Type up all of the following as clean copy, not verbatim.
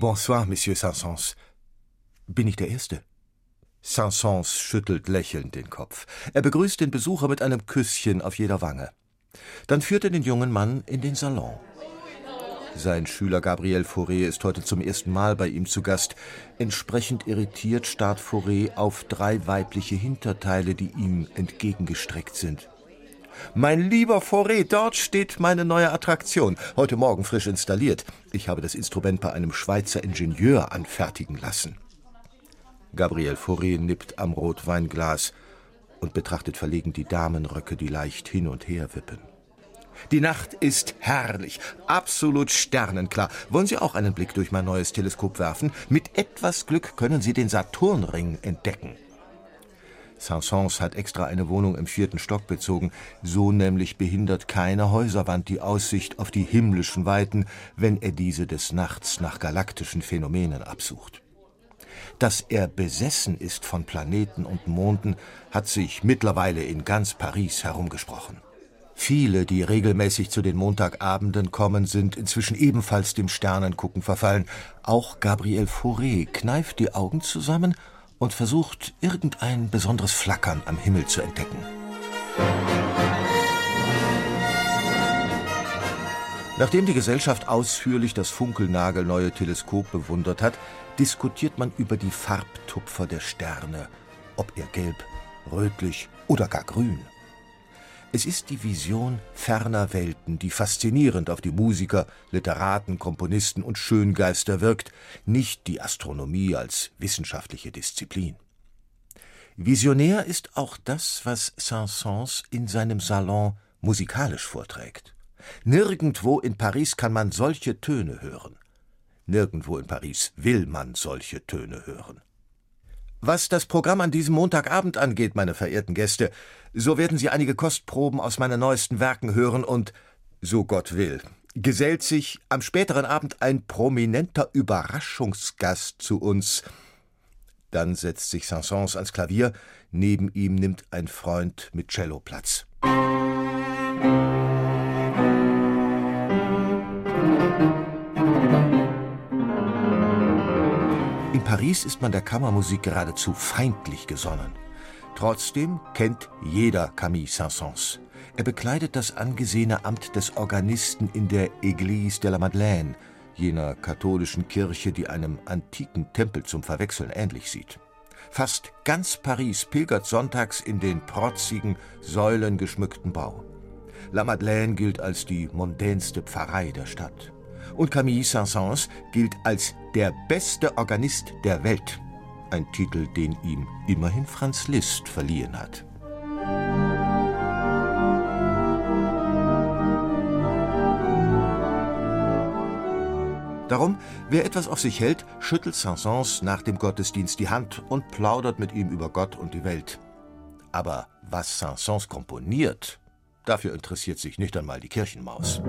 Bonsoir, Monsieur Saint-Saëns. Bin ich der Erste? Saint-Saëns schüttelt lächelnd den Kopf. Er begrüßt den Besucher mit einem Küsschen auf jeder Wange. Dann führt er den jungen Mann in den Salon. Sein Schüler Gabriel Fauré ist heute zum ersten Mal bei ihm zu Gast. Entsprechend irritiert starrt Fauré auf 3 weibliche Hinterteile, die ihm entgegengestreckt sind. »Mein lieber Fauré, dort steht meine neue Attraktion, heute Morgen frisch installiert. Ich habe das Instrument bei einem Schweizer Ingenieur anfertigen lassen.« Gabriel Fauré nippt am Rotweinglas und betrachtet verlegen die Damenröcke, die leicht hin und her wippen. »Die Nacht ist herrlich, absolut sternenklar. Wollen Sie auch einen Blick durch mein neues Teleskop werfen? Mit etwas Glück können Sie den Saturnring entdecken.« Saint-Saëns hat extra eine Wohnung im 4. Stock bezogen. So nämlich behindert keine Häuserwand die Aussicht auf die himmlischen Weiten, wenn er diese des Nachts nach galaktischen Phänomenen absucht. Dass er besessen ist von Planeten und Monden, hat sich mittlerweile in ganz Paris herumgesprochen. Viele, die regelmäßig zu den Montagabenden kommen, sind inzwischen ebenfalls dem Sternengucken verfallen. Auch Gabriel Fauré kneift die Augen zusammen und versucht, irgendein besonderes Flackern am Himmel zu entdecken. Nachdem die Gesellschaft ausführlich das funkelnagelneue Teleskop bewundert hat, diskutiert man über die Farbtupfer der Sterne, ob er gelb, rötlich oder gar grün. Es ist die Vision ferner Welten, die faszinierend auf die Musiker, Literaten, Komponisten und Schöngeister wirkt, nicht die Astronomie als wissenschaftliche Disziplin. Visionär ist auch das, was Saint-Saëns in seinem Salon musikalisch vorträgt. Nirgendwo in Paris kann man solche Töne hören. Nirgendwo in Paris will man solche Töne hören. Was das Programm an diesem Montagabend angeht, meine verehrten Gäste, so werden Sie einige Kostproben aus meinen neuesten Werken hören und, so Gott will, gesellt sich am späteren Abend ein prominenter Überraschungsgast zu uns. Dann setzt sich Saint-Saëns ans Klavier, neben ihm nimmt ein Freund mit Cello Platz. In Paris ist man der Kammermusik geradezu feindlich gesonnen. Trotzdem kennt jeder Camille Saint-Saëns. Er bekleidet das angesehene Amt des Organisten in der Église de la Madeleine, jener katholischen Kirche, die einem antiken Tempel zum Verwechseln ähnlich sieht. Fast ganz Paris pilgert sonntags in den protzigen, säulengeschmückten Bau. La Madeleine gilt als die mondänste Pfarrei der Stadt. Und Camille Saint-Saëns gilt als der beste Organist der Welt. Ein Titel, den ihm immerhin Franz Liszt verliehen hat. Darum, wer etwas auf sich hält, schüttelt Saint-Saëns nach dem Gottesdienst die Hand und plaudert mit ihm über Gott und die Welt. Aber was Saint-Saëns komponiert, dafür interessiert sich nicht einmal die Kirchenmaus.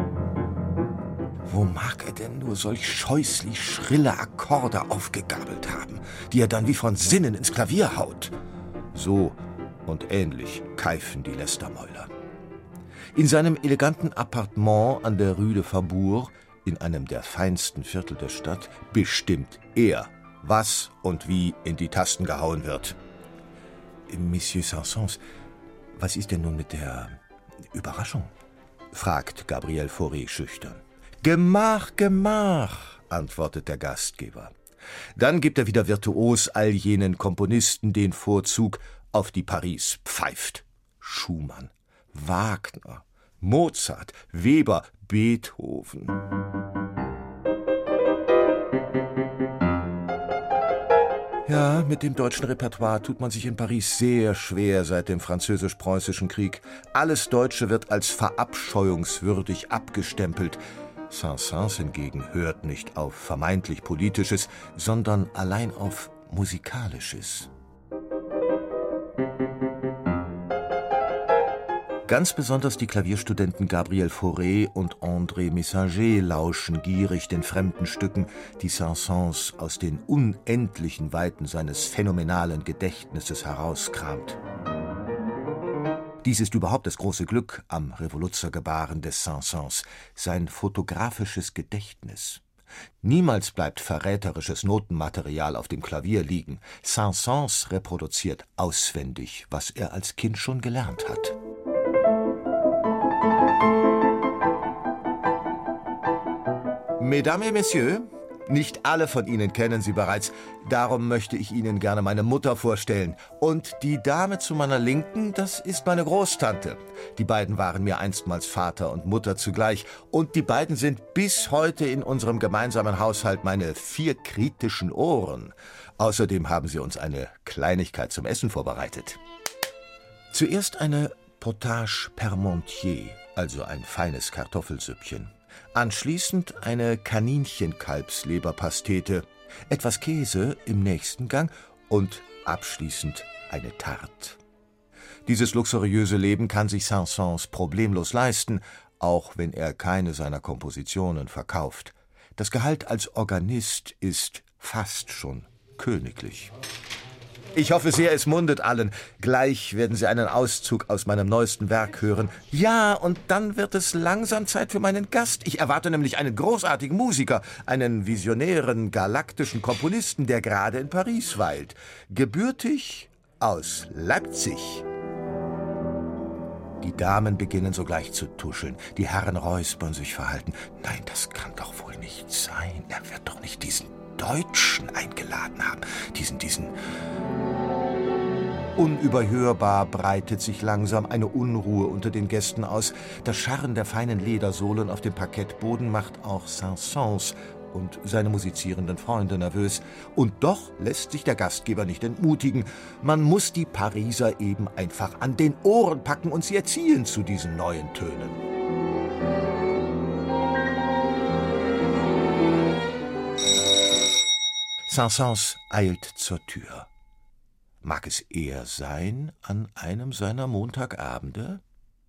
Wo mag er denn nur solch scheußlich schrille Akkorde aufgegabelt haben, die er dann wie von Sinnen ins Klavier haut? So und ähnlich keifen die Lästermäuler. In seinem eleganten Appartement an der Rue de Faubourg, in einem der feinsten Viertel der Stadt, bestimmt er, was und wie in die Tasten gehauen wird. Monsieur Saint-Saëns, was ist denn nun mit der Überraschung? Fragt Gabriel Fauré schüchtern. »Gemach, gemach«, antwortet der Gastgeber. Dann gibt er wieder virtuos all jenen Komponisten den Vorzug, auf die Paris pfeift. Schumann, Wagner, Mozart, Weber, Beethoven. Ja, mit dem deutschen Repertoire tut man sich in Paris sehr schwer seit dem Französisch-Preußischen Krieg. Alles Deutsche wird als verabscheuungswürdig abgestempelt. Saint-Saëns hingegen hört nicht auf vermeintlich Politisches, sondern allein auf Musikalisches. Ganz besonders die Klavierstudenten Gabriel Fauré und André Messager lauschen gierig den fremden Stücken, die Saint-Saëns aus den unendlichen Weiten seines phänomenalen Gedächtnisses herauskramt. Dies ist überhaupt das große Glück am Revoluzergebaren des Saint-Saëns, sein fotografisches Gedächtnis. Niemals bleibt verräterisches Notenmaterial auf dem Klavier liegen. Saint-Saëns reproduziert auswendig, was er als Kind schon gelernt hat. Mesdames et Messieurs, nicht alle von Ihnen kennen sie bereits, darum möchte ich Ihnen gerne meine Mutter vorstellen. Und die Dame zu meiner Linken, das ist meine Großtante. Die beiden waren mir einstmals Vater und Mutter zugleich. Und die beiden sind bis heute in unserem gemeinsamen Haushalt meine 4 kritischen Ohren. Außerdem haben sie uns eine Kleinigkeit zum Essen vorbereitet. Zuerst eine Potage Parmentier, also ein feines Kartoffelsüppchen. Anschließend eine Kaninchenkalbsleberpastete, etwas Käse im nächsten Gang und abschließend eine Tarte. Dieses luxuriöse Leben kann sich Saint-Saëns problemlos leisten, auch wenn er keine seiner Kompositionen verkauft. Das Gehalt als Organist ist fast schon königlich. Ich hoffe sehr, es mundet allen. Gleich werden Sie einen Auszug aus meinem neuesten Werk hören. Ja, und dann wird es langsam Zeit für meinen Gast. Ich erwarte nämlich einen großartigen Musiker, einen visionären, galaktischen Komponisten, der gerade in Paris weilt. Gebürtig aus Leipzig. Die Damen beginnen sogleich zu tuscheln. Die Herren räuspern sich verhalten. Nein, das kann doch wohl nicht sein. Er wird doch nicht diesen Deutschen eingeladen haben. Diesen... Unüberhörbar breitet sich langsam eine Unruhe unter den Gästen aus. Das Scharren der feinen Ledersohlen auf dem Parkettboden macht auch Saint-Saëns und seine musizierenden Freunde nervös. Und doch lässt sich der Gastgeber nicht entmutigen. Man muss die Pariser eben einfach an den Ohren packen und sie erziehen zu diesen neuen Tönen. Saint-Saëns eilt zur Tür. Mag es er sein an einem seiner Montagabende?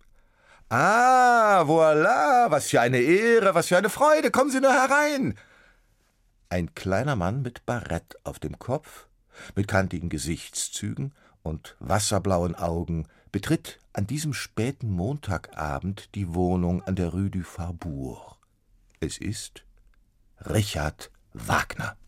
Ah, voilà, was für eine Ehre, was für eine Freude, kommen Sie nur herein! Ein kleiner Mann mit Barett auf dem Kopf, mit kantigen Gesichtszügen und wasserblauen Augen betritt an diesem späten Montagabend die Wohnung an der Rue du Faubourg. Es ist Richard Wagner.